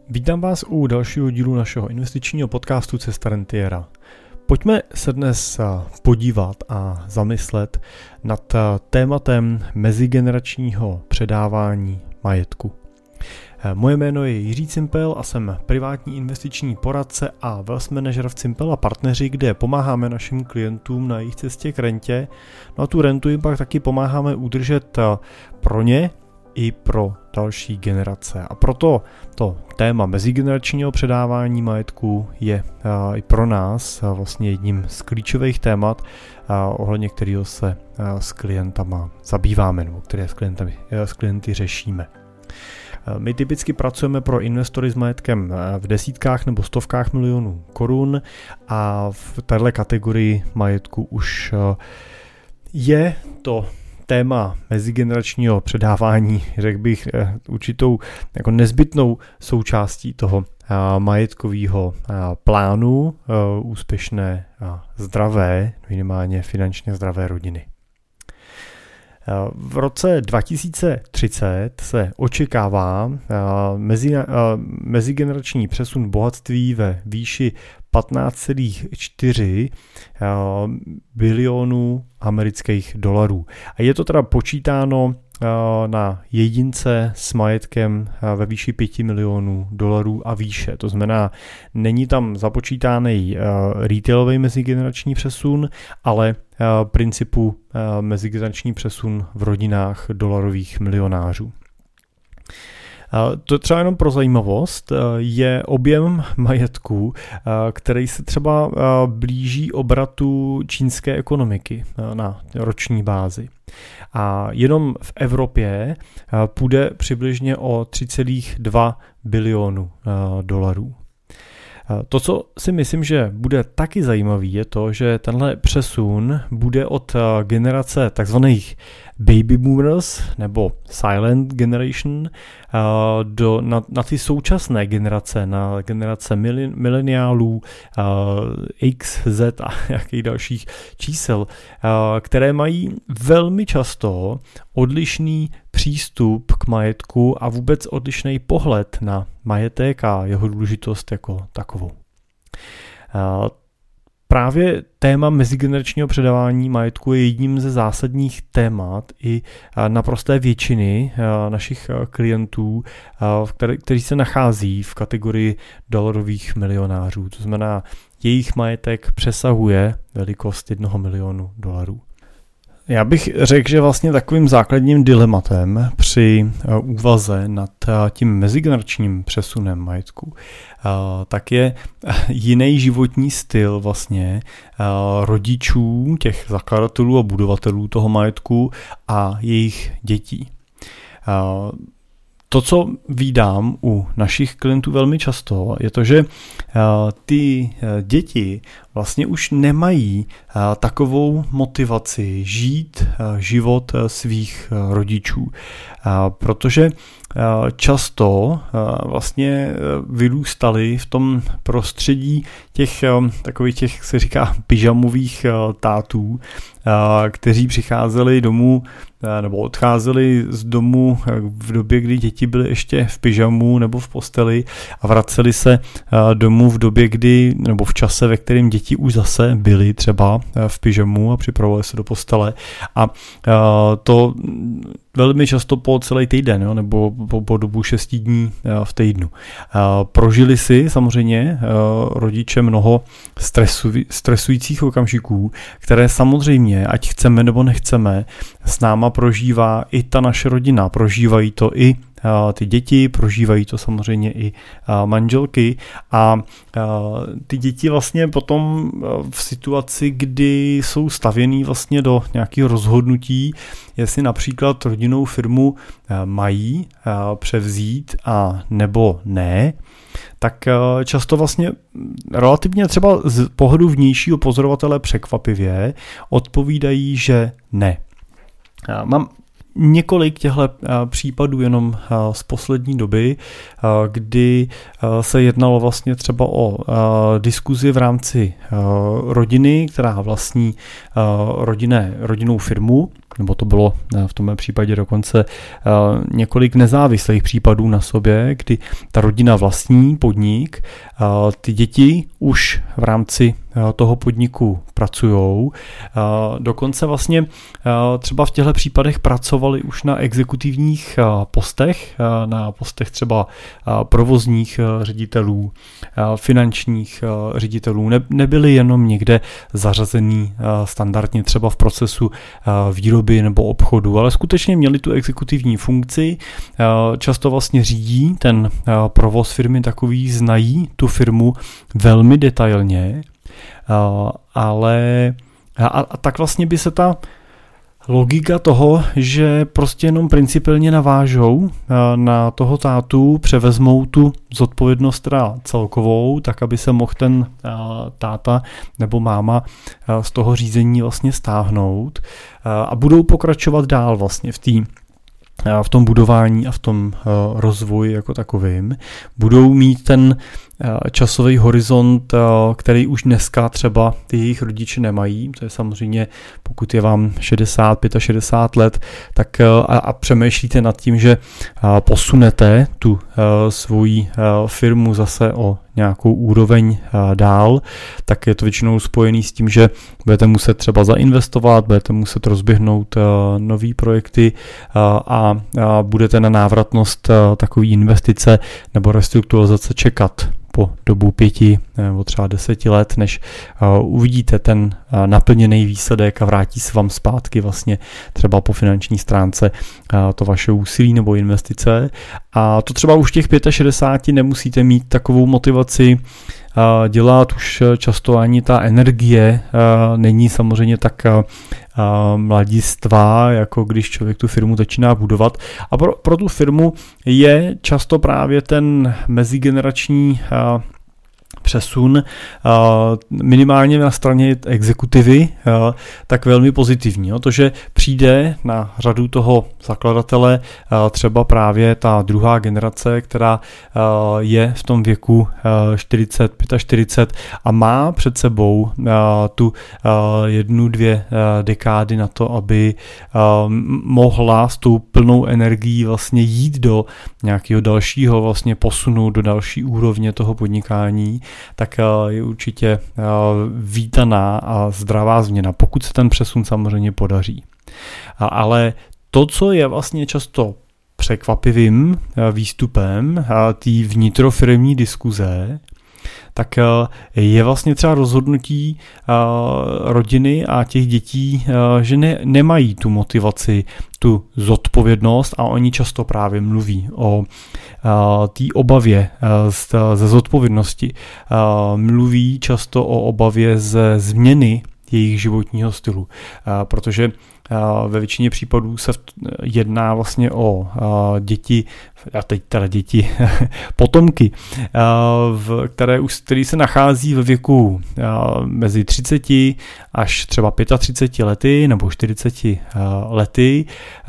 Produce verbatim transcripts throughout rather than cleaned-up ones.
Vítám vás u dalšího dílu našeho investičního podcastu Cesta rentiera. Pojďme se dnes podívat a zamyslet nad tématem mezigeneračního předávání majetku. Moje jméno je Jiří Cimpel a jsem privátní investiční poradce a wealth manager v Cimpel a partneři, kde pomáháme našim klientům na jejich cestě k rentě. No a tu rentu jim pak taky pomáháme udržet pro ně i pro další generace. A proto to téma mezigeneračního předávání majetku je i pro nás vlastně jedním z klíčových témat, ohledně kterého se s klientama zabýváme, nebo které s, klientami, s klienty řešíme. My typicky pracujeme pro investory s majetkem v desítkách nebo stovkách milionů korun a v této kategorii majetku už je to téma mezigeneračního předávání, řekl bych, určitou jako nezbytnou součástí toho majetkového plánu úspěšné a zdravé, minimálně finančně zdravé rodiny. V roce dva tisíce třicet se očekává mezi, mezigenerační přesun bohatství ve výši patnáct celá čtyři bilionů amerických dolarů. A je to teda počítáno na jedince s majetkem ve výši pět milionů dolarů a výše. To znamená, není tam započítaný retailový mezigenerační přesun, ale principu mezigenerační přesun v rodinách dolarových milionářů. To třeba jenom pro zajímavost je objem majetku, který se třeba blíží obratu čínské ekonomiky na roční bázi. A jenom v Evropě půjde přibližně o tři celá dva bilionu dolarů. To, co si myslím, že bude taky zajímavý, je to, že tenhle přesun bude od generace takzvaných baby boomers nebo silent generation do, na, na ty současné generace, na generace mileniálů, X, Z a jakých dalších čísel, které mají velmi často odlišný přístup k majetku a vůbec odlišný pohled na majetek a jeho důležitost jako takovou. Právě téma mezigeneračního předávání majetku je jedním ze zásadních témat i naprosté většiny našich klientů, kteří se nachází v kategorii dolarových milionářů. To znamená, jejich majetek přesahuje velikost jednoho milionu dolarů. Já bych řekl, že vlastně takovým základním dilematem při úvaze nad tím mezigeneračním přesunem majetku tak je jiný životní styl vlastně rodičů, těch zakladatelů a budovatelů toho majetku a jejich dětí. To, co vídám u našich klientů velmi často, je to, že ty děti vlastně už nemají takovou motivaci žít život svých rodičů, protože často vlastně vyrůstali v tom prostředí těch takových těch, se říká, pyžamových tátů, kteří přicházeli domů nebo odcházeli z domu v době, kdy děti byly ještě v pyžamu nebo v posteli a vraceli se domů v době, kdy nebo v čase, ve kterém děti už zase byly třeba v pyžamu a připravovali se do postele a to velmi často po celý týden, jo, nebo po, po dobu šesti dní v týdnu. Prožili si samozřejmě rodiče mnoho stresu, stresujících okamžiků, které samozřejmě, ať chceme nebo nechceme, s náma prožívá i ta naše rodina. Prožívají to i ty děti, prožívají to samozřejmě i manželky a ty děti vlastně potom v situaci, kdy jsou stavěný vlastně do nějakého rozhodnutí, jestli například rodinnou firmu mají převzít a nebo ne, tak často vlastně relativně třeba z pohledu vnějšího pozorovatele překvapivě odpovídají, že ne. Mám několik těchto případů jenom z poslední doby, kdy se jednalo vlastně třeba o diskuzi v rámci rodiny, která vlastní rodinné, rodinnou firmu nebo to bylo v tom případě dokonce několik nezávislých případů na sobě, kdy ta rodina vlastní podnik, ty děti už v rámci toho podniku pracujou. Dokonce vlastně třeba v těchto případech pracovali už na exekutivních postech, na postech třeba provozních ředitelů, finančních ředitelů. Nebyli jenom někde zařazený standardně třeba v procesu výroby nebo obchodu, ale skutečně měli tu exekutivní funkci, často vlastně řídí ten provoz firmy takový, znají tu firmu velmi detailně, ale a, a tak vlastně by se ta logika toho, že prostě jenom principiálně navážou na toho tátu, převezmou tu zodpovědnost teda celkovou, tak aby se mohl ten táta nebo máma z toho řízení vlastně stáhnout a budou pokračovat dál vlastně v té v tom budování a v tom rozvoji jako takovým. Budou mít ten časový horizont, který už dneska třeba ty jejich rodiče nemají. To je samozřejmě, pokud je vám šedesát, šedesát pět let, tak a, a přemýšlíte nad tím, že posunete tu svoji firmu zase o nějakou úroveň dál, tak je to většinou spojený s tím, že budete muset třeba zainvestovat, budete muset rozběhnout nový projekty a budete na návratnost takové investice nebo restrukturalizace čekat po dobu pěti nebo třeba deseti let, než uvidíte ten naplněný výsledek a vrátí se vám zpátky vlastně třeba po finanční stránce to vaše úsilí nebo investice. A to třeba už těch šedesát pět nemusíte mít takovou motivaci dělat, už často ani ta energie není samozřejmě tak mladistvá, jako když člověk tu firmu začíná budovat. A pro, pro tu firmu je často právě ten mezigenerační přesun minimálně na straně exekutivy tak velmi pozitivní. To, že přijde na řadu toho zakladatele třeba právě ta druhá generace, která je v tom věku čtyřicet, čtyřicet pět a má před sebou tu jednu, dvě dekády na to, aby mohla s tou plnou energií vlastně jít do nějakého dalšího vlastně posunu, do další úrovně toho podnikání, tak je určitě vítaná a zdravá změna, pokud se ten přesun samozřejmě podaří. Ale to, co je vlastně často překvapivým výstupem té vnitrofiremní diskuze, tak je vlastně třeba rozhodnutí rodiny a těch dětí, že ne, nemají tu motivaci, tu zodpovědnost a oni často právě mluví o té obavě ze zodpovědnosti. Mluví často o obavě ze změny jejich životního stylu, protože ve většině případů se jedná vlastně o děti, a teď teda děti, potomky, které už, který se nachází ve věku mezi třiceti až třeba třiceti pěti lety nebo čtyřiceti lety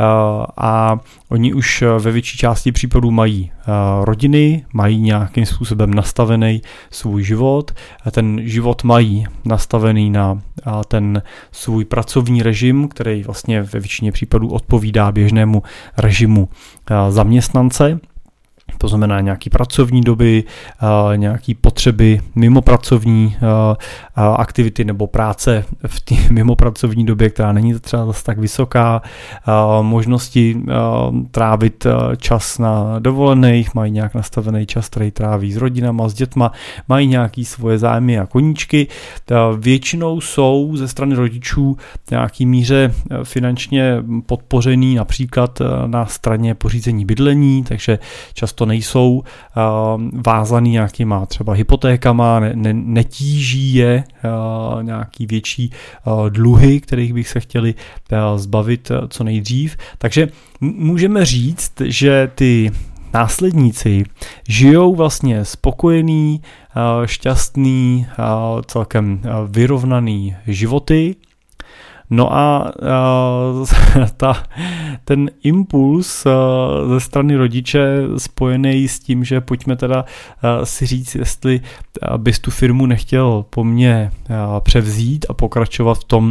a oni už ve větší části případů mají rodiny, mají nějakým způsobem nastavený svůj život, ten život mají nastavený na ten svůj pracovní režim, který vlastně ve většině případů odpovídá běžnému režimu zaměstnance. To znamená nějaký pracovní doby, nějaký potřeby mimo pracovní aktivity nebo práce v té mimo pracovní době, která není třeba zase tak vysoká, možnosti trávit čas na dovolených, mají nějak nastavený čas, který tráví s rodinama, s dětma, mají nějaký svoje zájmy a koníčky. Většinou jsou ze strany rodičů v nějaký míře finančně podpořený například na straně pořízení bydlení, takže často nejsou uh, vázaný nějakýma třeba hypotékama, ne, ne, netíží je uh, nějaký větší uh, dluhy, kterých bych se chtěli uh, zbavit uh, co nejdřív. Takže m- můžeme říct, že ty následníci žijou vlastně spokojený, uh, šťastný, uh, celkem uh, vyrovnaný životy. No a uh, ta, ten impuls uh, ze strany rodiče spojený s tím, že pojďme teda uh, si říct, jestli bys tu firmu nechtěl po mně uh, převzít a pokračovat v tom,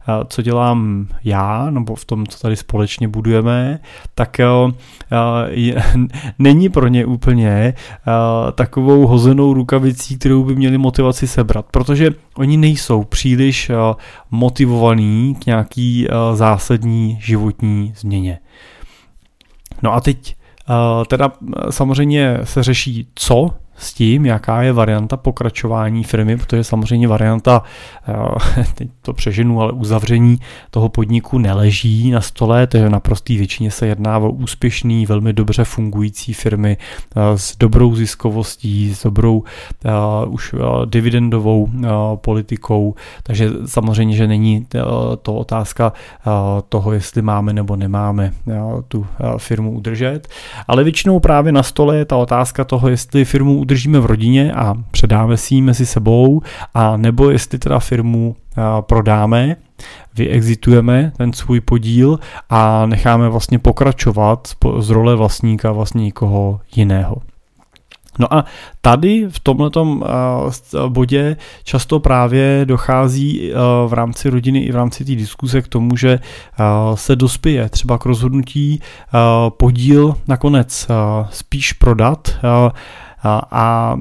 co dělám já, nebo v tom, co tady společně budujeme, tak je, není pro ně úplně takovou hozenou rukavicí, kterou by měli motivaci sebrat, protože oni nejsou příliš motivovaní k nějaký zásadní životní změně. No a teď teda samozřejmě se řeší, co s tím, jaká je varianta pokračování firmy, protože samozřejmě varianta, teď to přeženu, ale uzavření toho podniku neleží na stole, to je naprostý většině se jedná o úspěšný, velmi dobře fungující firmy s dobrou ziskovostí, s dobrou uh, už uh, dividendovou uh, politikou, takže samozřejmě, že není to otázka uh, toho, jestli máme nebo nemáme uh, tu uh, firmu udržet, ale většinou právě na stole je ta otázka toho, jestli firmu udržíme v rodině a předáme si ji mezi sebou, a nebo jestli teda firmu prodáme, vyexitujeme ten svůj podíl a necháme vlastně pokračovat z role vlastníka vlastně někoho jiného. No a tady v tomhletom bodě často právě dochází v rámci rodiny i v rámci té diskuse k tomu, že se dospěje třeba k rozhodnutí podíl nakonec spíš prodat a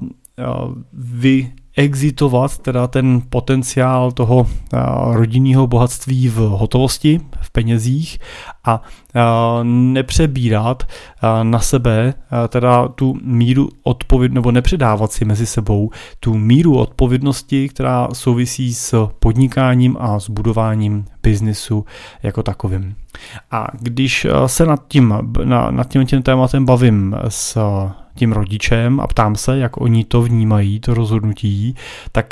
vyexitovat teda ten potenciál toho rodinného bohatství v hotovosti, v penězích, a nepřebírat na sebe teda tu míru odpovědnosti, nebo nepředávat si mezi sebou tu míru odpovědnosti, která souvisí s podnikáním a s budováním biznisu jako takovým. A když se nad tím, nad tím, tím tématem bavím s tím rodičem a ptám se, jak oni to vnímají, to rozhodnutí, tak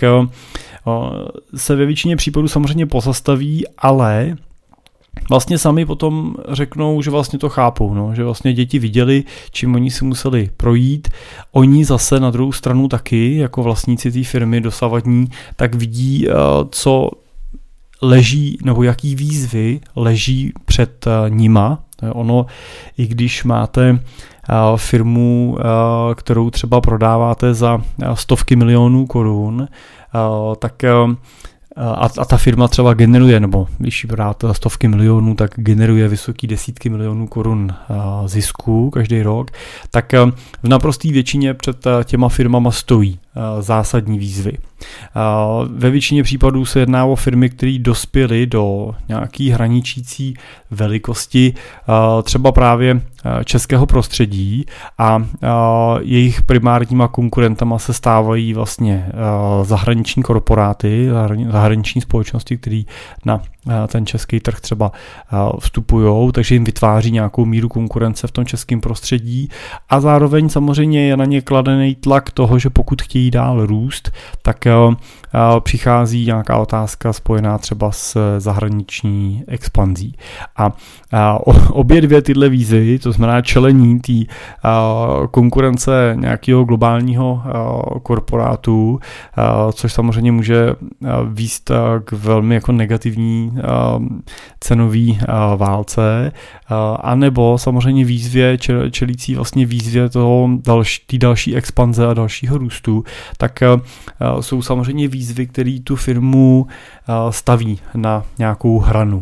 se ve většině případů samozřejmě pozastaví, ale vlastně sami potom řeknou, že vlastně to chápou, no, že vlastně děti viděli, čím oni si museli projít. Oni zase na druhou stranu taky, jako vlastníci té firmy dosavadní, tak vidí, co leží, nebo jaký výzvy leží před nima. Ono, i když máte firmu, kterou třeba prodáváte za stovky milionů korun, tak a, a ta firma třeba generuje, nebo když bráte stovky milionů, tak generuje vysoký desítky milionů korun zisku každý rok, tak v naprosté většině před těma firmama stojí zásadní výzvy. Ve většině případů se jedná o firmy, které dospěly do nějaký hraničící velikosti třeba právě českého prostředí a jejich primárníma konkurentama se stávají vlastně zahraniční korporáty, zahraniční společnosti, které na ten český trh třeba vstupujou, takže jim vytváří nějakou míru konkurence v tom českém prostředí a zároveň samozřejmě je na ně kladený tlak toho, že pokud chtějí dál růst, tak přichází nějaká otázka spojená třeba s zahraniční expanzí. A obě dvě tyhle výzvy, to znamená čelení té konkurence nějakého globálního korporátu, což samozřejmě může vést k velmi jako negativní cenový válce, anebo samozřejmě výzvě, čelící vlastně výzvě toho další, té další expanze a dalšího růstu, tak jsou samozřejmě výzvy, které tu firmu staví na nějakou hranu.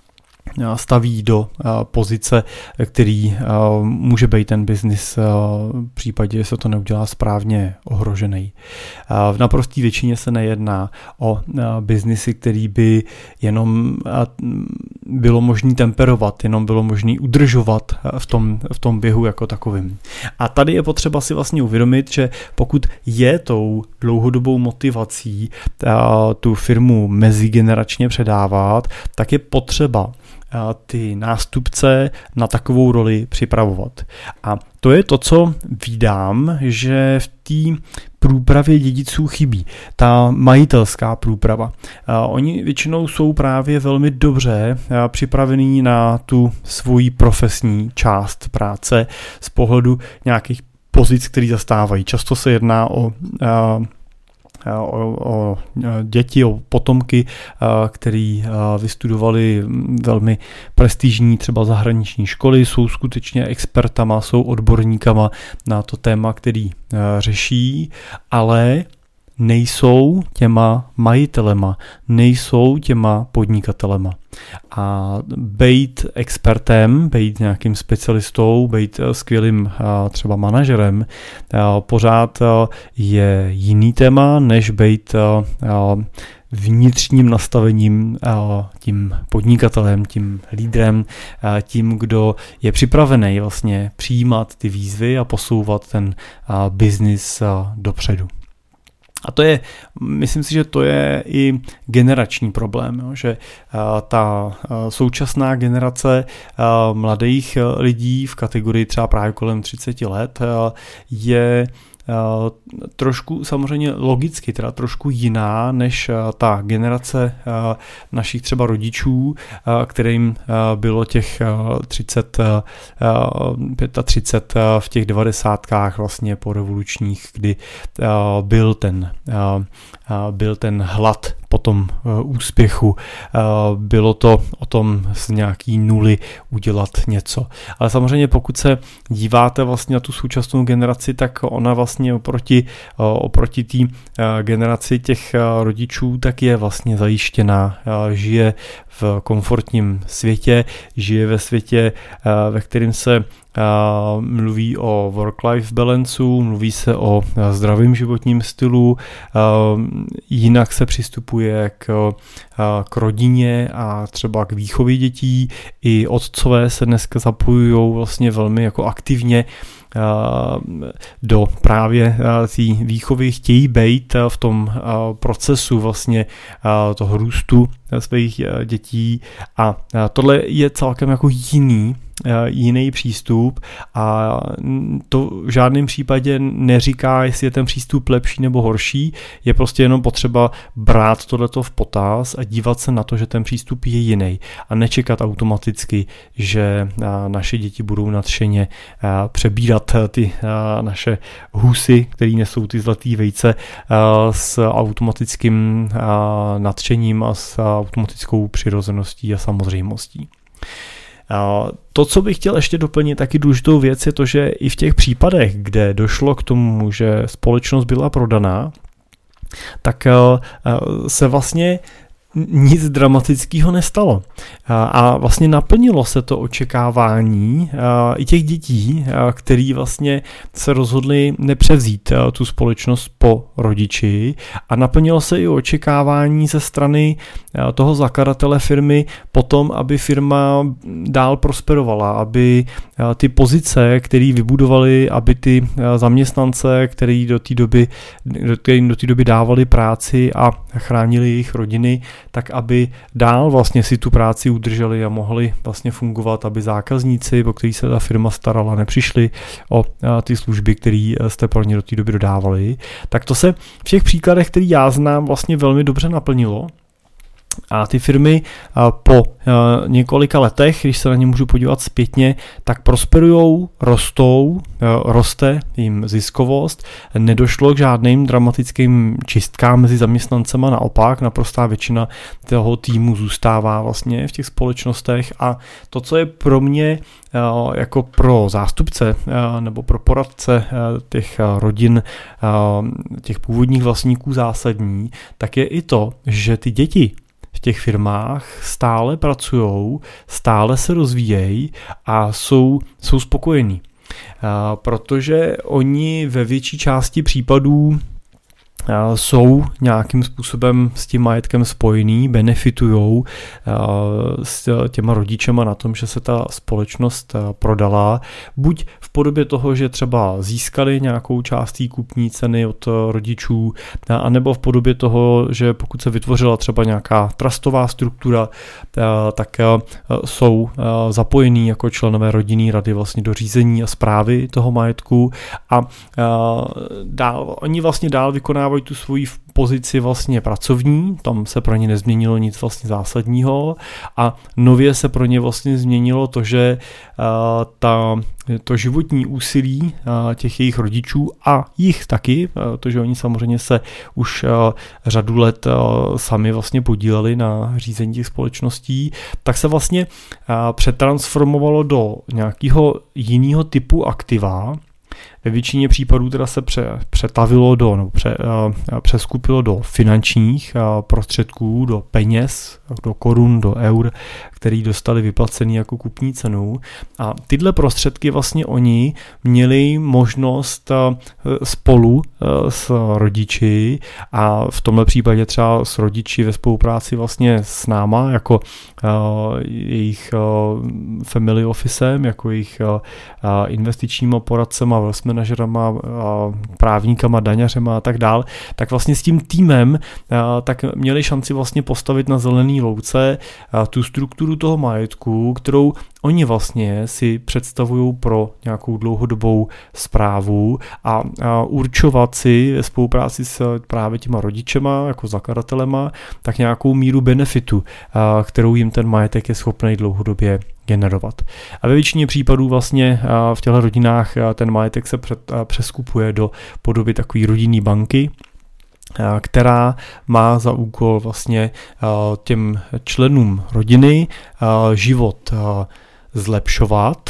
Staví do pozice, který může být ten biznis v případě, že se to neudělá správně, ohrožený. V naprosté většině se nejedná o biznisy, který by jenom bylo možné temperovat, jenom bylo možné udržovat v tom, v tom běhu jako takovým. A tady je potřeba si vlastně uvědomit, že pokud je tou dlouhodobou motivací tu firmu mezigeneračně předávat, tak je potřeba ty nástupce na takovou roli připravovat. A to je to, co vídám, že v té průpravě dědiců chybí. Ta majitelská průprava. Oni většinou jsou právě velmi dobře připravení na tu svoji profesní část práce z pohledu nějakých pozic, které zastávají. Často se jedná o O, o děti, o potomky, který vystudovali velmi prestižní třeba zahraniční školy, jsou skutečně expertama, jsou odborníkama na to téma, který řeší, ale nejsou těma majitelema, nejsou těma podnikatelema. A bejt expertem, bejt nějakým specialistou, bejt skvělým třeba manažerem, pořád je jiný téma, než bejt vnitřním nastavením, tím podnikatelem, tím lídrem, tím, kdo je připravený vlastně přijímat ty výzvy a posouvat ten biznis dopředu. A to je, myslím si, že to je i generační problém, jo, že ta současná generace mladých lidí v kategorii třeba právě kolem třicet let je trošku samozřejmě logicky, teda trošku jiná než ta generace našich třeba rodičů, kterým bylo těch třicet, třicet pět v těch devadesátkách vlastně po revolučních, kdy byl ten, byl ten hlad po tom úspěchu. Bylo to o tom z nějaký nuly udělat něco. Ale samozřejmě pokud se díváte vlastně na tu současnou generaci, tak ona vlastně oproti, oproti té generaci těch rodičů, tak je vlastně zajištěná. Žije v komfortním světě, žije ve světě, ve kterém se Uh, mluví o work-life balanceu, mluví se o uh, zdravém životním stylu, uh, jinak se přistupuje k, uh, k rodině a třeba k výchově dětí. I otcové se dneska zapojují vlastně velmi jako aktivně do právě té výchovy, chtějí být v tom procesu vlastně toho růstu svých dětí a tohle je celkem jako jiný, jiný přístup a to v žádném případě neříká, jestli je ten přístup lepší nebo horší, je prostě jenom potřeba brát tohleto v potaz a dívat se na to, že ten přístup je jiný a nečekat automaticky, že naše děti budou nadšeně přebírat ty naše husy, které nesou ty zlatý vejce s automatickým nadšením a s automatickou přirozeností a samozřejmostí. To, co bych chtěl ještě doplnit, taky důležitou věc, je to, že i v těch případech, kde došlo k tomu, že společnost byla prodaná, tak se vlastně nic dramatického nestalo. A vlastně naplnilo se to očekávání i těch dětí, který vlastně se rozhodli nepřevzít tu společnost po rodiči a naplnilo se i očekávání ze strany toho zakladatele firmy potom, aby firma dál prosperovala, aby ty pozice, které vybudovali, aby ty zaměstnance, který do té doby, kterým do té doby dávali práci a chránili jejich rodiny, tak aby dál vlastně si tu práci udrželi a mohli vlastně fungovat, aby zákazníci, po kterých se ta firma starala, nepřišli o ty služby, které jste pro ně do té doby dodávali. Tak to se v těch příkladech, který já znám, vlastně velmi dobře naplnilo. A ty firmy po několika letech, když se na ně můžu podívat zpětně, tak prosperujou, rostou, roste jim ziskovost, nedošlo k žádným dramatickým čistkám mezi zaměstnancema, naopak naprostá většina toho týmu zůstává vlastně v těch společnostech a to, co je pro mě jako pro zástupce nebo pro poradce těch rodin, těch původních vlastníků zásadní, tak je i to, že ty děti v těch firmách stále pracujou, stále se rozvíjejí a jsou, jsou spokojení. Protože oni ve větší části případů jsou nějakým způsobem s tím majetkem spojený, benefitujou s těma rodičema na tom, že se ta společnost prodala, buď v podobě toho, že třeba získali nějakou část té kupní ceny od rodičů, anebo v podobě toho, že pokud se vytvořila třeba nějaká trustová struktura, tak jsou zapojení jako členové rodinné rady vlastně do řízení a správy toho majetku a dál, oni vlastně dál vykonávají tu svoji pozici vlastně pracovní, tam se pro ně nezměnilo nic vlastně zásadního a nově se pro ně vlastně změnilo to, že uh, ta, to životní úsilí uh, těch jejich rodičů a jich taky, uh, to, že oni samozřejmě se už uh, řadu let uh, sami vlastně podíleli na řízení těch společností, tak se vlastně uh, přetransformovalo do nějakého jiného typu aktiva, ve většině případů teda se pře, přetavilo do, nebo pře, přeskupilo do finančních prostředků, do peněz, do korun, do eur, který dostali vyplacený jako kupní cenu. A tyhle prostředky vlastně oni měli možnost spolu s rodiči a v tomhle případě třeba s rodiči ve spolupráci vlastně s náma, jako jejich family officem, jako jejich investičníma poradcema, wealth manažerama, právníkama, daňařema a tak dál, tak vlastně s tím týmem tak měli šanci vlastně postavit na zelený louce tu strukturu toho majetku, kterou oni vlastně si představují pro nějakou dlouhodobou správu a, a určovat si ve spolupráci s právě těma rodičema, jako zakladatelema, tak nějakou míru benefitu, a, kterou jim ten majetek je schopný dlouhodobě generovat. A ve většině případů vlastně v těchto rodinách ten majetek se před, přeskupuje do podoby takové rodinné banky, která má za úkol vlastně těm členům rodiny život zlepšovat.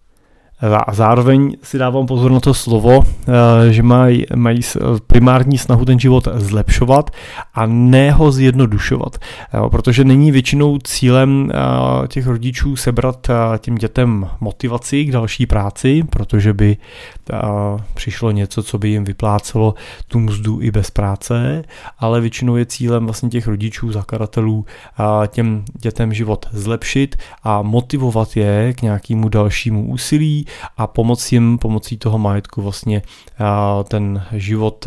A zároveň si dávám pozor na to slovo, že mají, mají primární snahu ten život zlepšovat a ne ho zjednodušovat. Protože není většinou cílem těch rodičů sebrat těm dětem motivaci k další práci, protože by přišlo něco, co by jim vyplácelo tu mzdu i bez práce, ale většinou je cílem vlastně těch rodičů, zakladatelů těm dětem život zlepšit a motivovat je k nějakému dalšímu úsilí a pomoci jim pomocí toho majetku vlastně ten život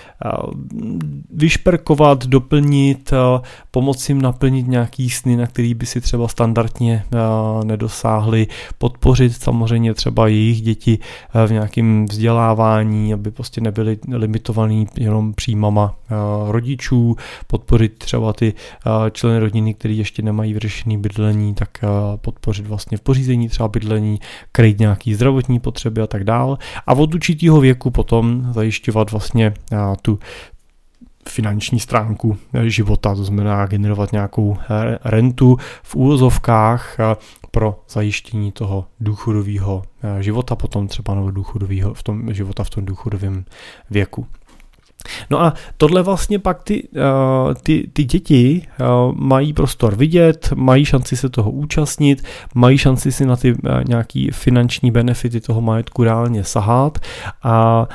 vyšperkovat, doplnit, pomoci jim naplnit nějaký sny, na který by si třeba standardně nedosáhli, podpořit samozřejmě třeba jejich děti v nějakém vzdělávání, aby prostě nebyly limitovaný jenom příjmama rodičů, podpořit třeba ty členy rodiny, kteří ještě nemají vyřešený bydlení, tak podpořit vlastně v pořízení třeba bydlení, krýt nějaký zdravotní potřeby a tak dál. A od určitého věku potom zajišťovat vlastně tu finanční stránku života, to znamená generovat nějakou rentu v úvozovkách pro zajištění toho důchodového života, potom třeba nebo důchodového v tom života v tom důchodovém věku. No a tohle vlastně pak ty, ty, ty děti mají prostor vidět, mají šanci se toho účastnit, mají šanci si na ty nějaký finanční benefity toho majetku reálně sahat a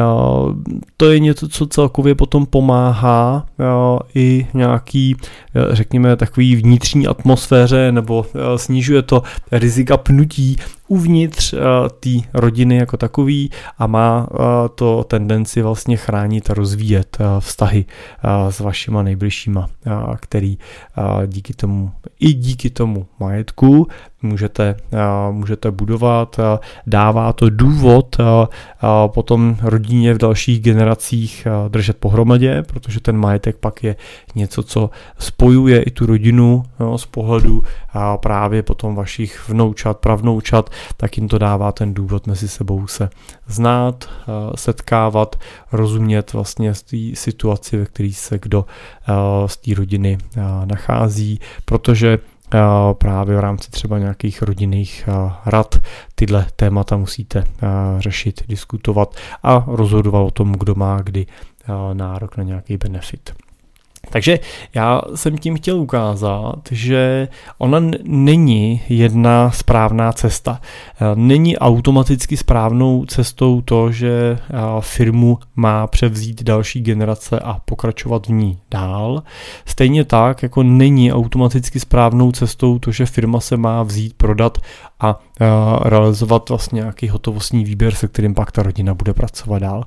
to je něco, co celkově potom pomáhá i nějaký, řekněme, takový vnitřní atmosféře nebo snižuje to rizika pnutí uvnitř uh, té rodiny jako takový a má uh, to tendenci vlastně chránit a rozvíjet uh, vztahy uh, s vašima nejbližšíma, uh, který uh, díky tomu, i díky tomu majetku můžete, uh, můžete budovat. Uh, dává to důvod uh, uh, potom rodině v dalších generacích uh, držet pohromadě, protože ten majetek pak je něco, co spojuje i tu rodinu no, z pohledu uh, právě potom vašich vnoučat, pravnoučat, tak jim to dává ten důvod mezi sebou se znát, setkávat, rozumět vlastně z té situaci, ve které se kdo z té rodiny nachází, protože právě v rámci třeba nějakých rodinných rad tyhle témata musíte řešit, diskutovat a rozhodovat o tom, kdo má kdy nárok na nějaký benefit. Takže já jsem tím chtěl ukázat, že ona není jedna správná cesta. Není automaticky správnou cestou to, že firmu má převzít další generace a pokračovat v ní dál. Stejně tak, jako není automaticky správnou cestou to, že firma se má vzít, prodat a realizovat vlastně nějaký hotovostní výběr, se kterým pak ta rodina bude pracovat dál.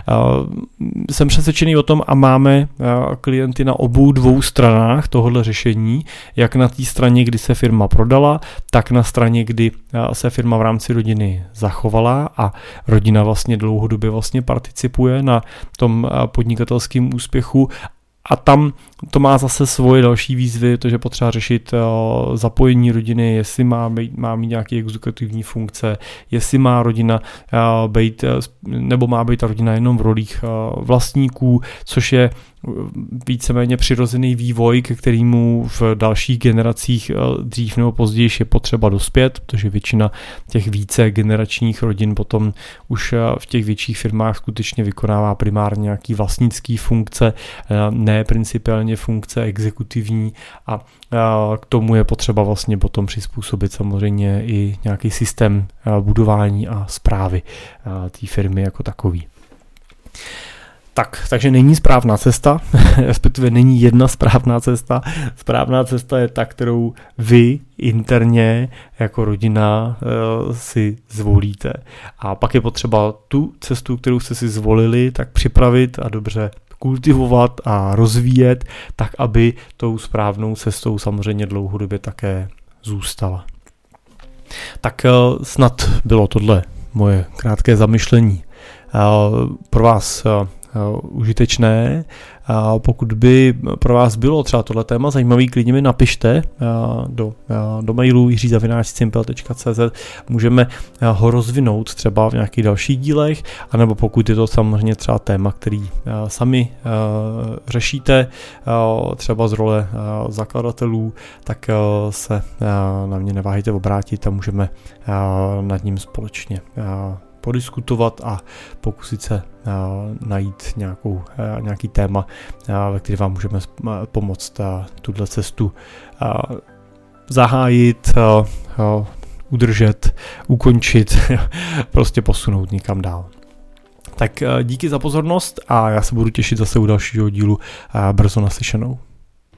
Jsem přesvědčený o tom a máme klienty na obou dvou stranách tohohle řešení, jak na té straně, kdy se firma prodala, tak na straně, kdy se firma v rámci rodiny zachovala a rodina vlastně dlouhodobě vlastně participuje na tom podnikatelském úspěchu. A tam to má zase svoje další výzvy, to, že potřeba řešit zapojení rodiny, jestli má, být, má mít nějaké exekutivní funkce, jestli má rodina být, nebo má být ta rodina jenom v rolích vlastníků, což je víceméně přirozený vývoj, ke kterému v dalších generacích dřív nebo později je potřeba dospět, protože většina těch více generačních rodin potom už v těch větších firmách skutečně vykonává primárně nějaký vlastnický funkce, ne principiálně funkce exekutivní a k tomu je potřeba vlastně potom přizpůsobit samozřejmě i nějaký systém budování a správy té firmy jako takový. Tak, takže není správná cesta, respektive není jedna správná cesta. Správná cesta je ta, kterou vy interně jako rodina e, si zvolíte. A pak je potřeba tu cestu, kterou jste si zvolili, tak připravit a dobře kultivovat a rozvíjet, tak aby tou správnou cestou samozřejmě dlouhodobě také zůstala. Tak e, snad bylo tohle moje krátké zamyšlení e, pro vás e, užitečné. A pokud by pro vás bylo třeba tohle téma zajímavý, klidně mi napište do, do mailu jiří zavináč simple tečka cé zet. Můžeme ho rozvinout třeba v nějakých dalších dílech, anebo pokud je to samozřejmě třeba téma, který sami řešíte, třeba z role zakladatelů, tak se na mě neváhejte obrátit a můžeme nad ním společně podiskutovat a pokusit se uh, najít nějakou, uh, nějaký téma, uh, ve který vám můžeme pomoct uh, tuhle cestu uh, zahájit, uh, uh, udržet, ukončit, prostě posunout někam dál. Tak uh, díky za pozornost a já se budu těšit zase u dalšího dílu uh, brzo naslyšenou.